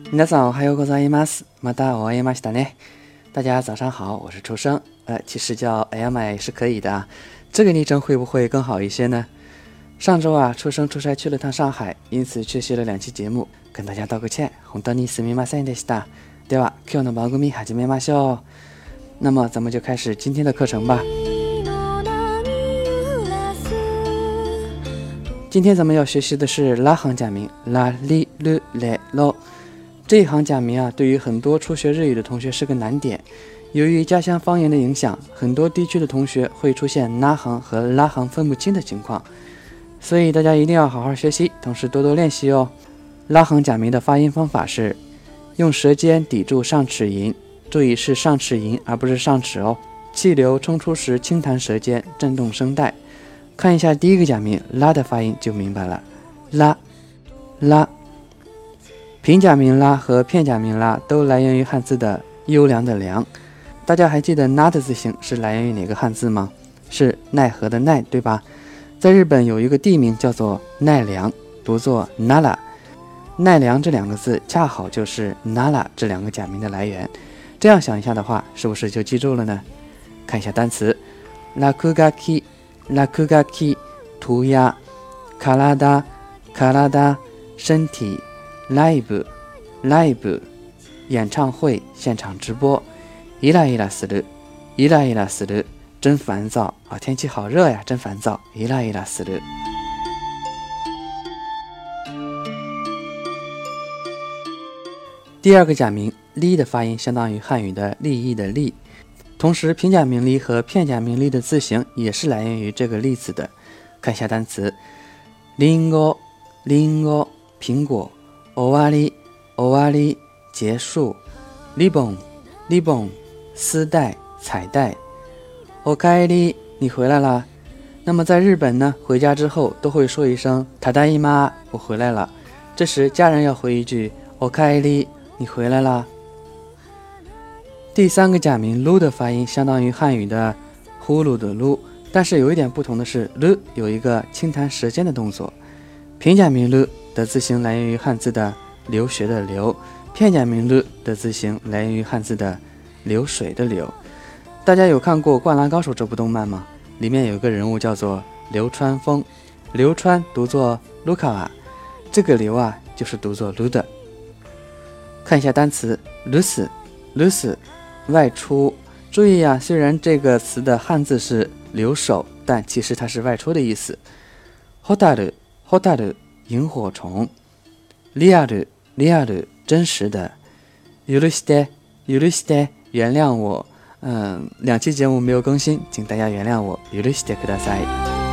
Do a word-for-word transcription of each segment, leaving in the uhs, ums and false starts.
皆さんおはようございます。またお会いましたね。大家早上好，我是初生。呃，其实叫哎呀妈呀也是可以的啊。这个昵称会不会更好一些呢？上周啊，初生出差去了趟上海，因此缺席了两期节目，跟大家道个歉。本当にすみませんでした。では、今日の番組始めましょう。那么咱们就开始今天的课程吧。今天咱们要学习的是拉行假名拉里噜来喽。这一行假名啊，对于很多初学日语的同学是个难点。由于家乡方言的影响，很多地区的同学会出现拉行和拉行分不清的情况，所以大家一定要好好学习，同时多多练习哦。拉行假名的发音方法是用舌尖抵住上齿龈，注意是上齿龈而不是上齿哦。气流冲出时轻弹舌尖，震动声带。看一下第一个假名拉的发音就明白了，拉拉。平假名拉和片假名拉都来源于汉字的优良的良。大家还记得那的字形是来源于哪个汉字吗？是奈何的奈，对吧？在日本有一个地名叫做奈良，读作 Nara。 奈良这两个字恰好就是 Nara 这两个假名的来源。这样想一下的话，是不是就记住了呢？看一下单词，落書き落書き涂鸦体体身体live live 演唱会现场直播，イライラするイライラする真烦躁啊！天气好热呀，真烦躁，イライラする。第二个假名li的发音相当于汉语的利益的利，同时平假名li和片假名li的字形也是来源于这个例字的。看一下单词，リンゴリンゴ苹果，終わり終わり结束，リボンリボン丝带彩带，おかえり你回来啦。那么在日本呢，回家之后都会说一声ただいま我回来了，这时家人要回一句おかえり你回来啦。第三个假名噜的发音相当于汉语的呼噜的噜，但是有一点不同的是，噜有一个轻弹舌尖的动作。平假名噜的字形来源于汉字的流学的流，片假名噜的字形来源于汉字的流水的流。大家有看过《灌篮高手》这部动漫吗？里面有一个人物叫做流川枫，流川读作卢卡瓦，这个流啊就是读作噜的。看一下单词，ルスルス外出。注意啊，虽然这个词的汉字是留守，但其实它是外出的意思。ホタルホタル萤火虫，リアルリアル真实的，許して許して原谅我。嗯，两期节目没有更新，请大家原谅我。許してください。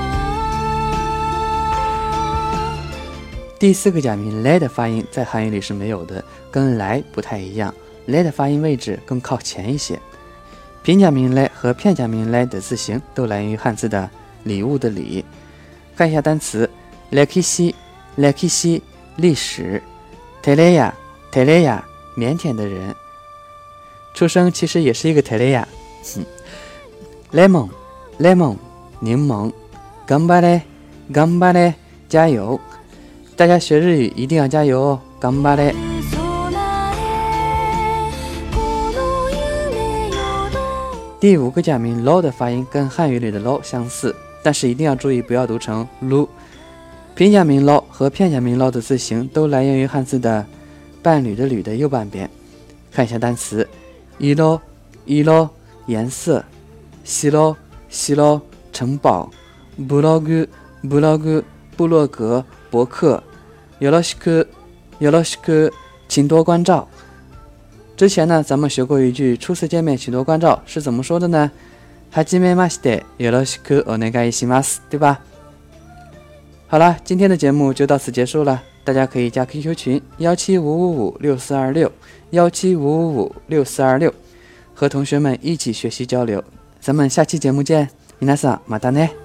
第四个假名来的发音在汉语里是没有的，跟来不太一样。来的发音位置更靠前一些。平假名来和片假名来的字形都来源于汉字的礼物的礼。看一下单词，歴史歴史历史，テレヤテレヤ腼腆的人。出生其实也是一个テレヤ。レモンレモン柠檬，頑張れ頑張れ加油。大家学日语一定要加油哦，頑張れ。第五个假名 lo 的发音跟汉语里的 lo 相似，但是一定要注意不要读成 lu。平假名 lo 和片假名 lo 的字形都来源于汉字的伴侣的侣的右半边。看一下单词，色色颜色，白白城堡，ブログブログ部落格博客，よろしくよろしく请多关照。之前呢，咱们学过一句初次见面请多关照是怎么说的呢？はじめましてよろしくお願いします，对吧？好了，今天的节目就到此结束了。大家可以加 Q Q 群幺七五五五六四二六幺七五五五六四二六，和同学们一起学习交流。咱们下期节目见，皆さんまたね。